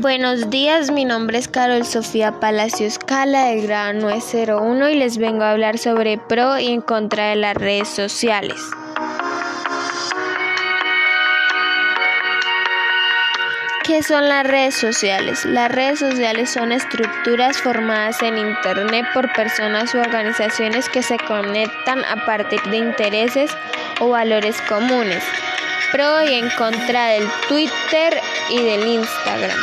Buenos días, mi nombre es Carol Sofía Palacios Cala del grado 901 y les vengo a hablar sobre pro y en contra de las redes sociales. ¿Qué son las redes sociales? Las redes sociales son estructuras formadas en Internet por personas u organizaciones que se conectan a partir de intereses o valores comunes. Pro y en contra del Twitter y del Instagram.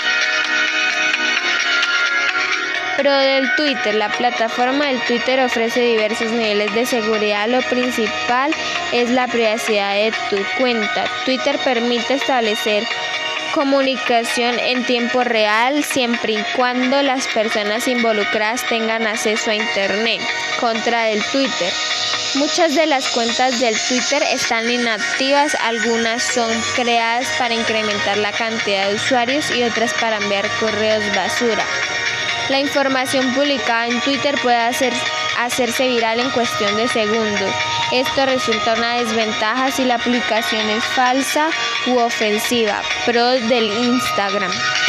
Pro del Twitter. La plataforma del Twitter ofrece diversos niveles de seguridad. Lo principal es la privacidad de tu cuenta. Twitter permite establecer comunicación en tiempo real siempre y cuando las personas involucradas tengan acceso a Internet. Contra del Twitter. Muchas de las cuentas del Twitter están inactivas, algunas son creadas para incrementar la cantidad de usuarios y otras para enviar correos basura. La información publicada en Twitter puede hacerse viral en cuestión de segundos. Esto resulta una desventaja si la publicación es falsa u ofensiva. Pro del Instagram.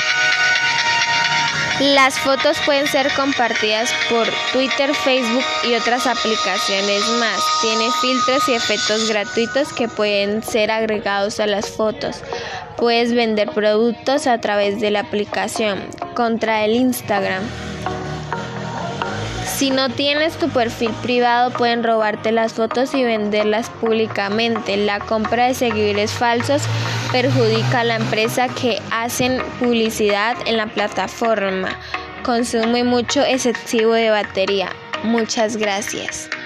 Las fotos pueden ser compartidas por Twitter, Facebook y otras aplicaciones más. Tiene filtros y efectos gratuitos que pueden ser agregados a las fotos. Puedes vender productos a través de la aplicación. Contra el Instagram. Si no tienes tu perfil privado, pueden robarte las fotos y venderlas públicamente. La compra de seguidores falsos perjudica a la empresa que hacen publicidad en la plataforma. Consume mucho excesivo de batería. Muchas gracias.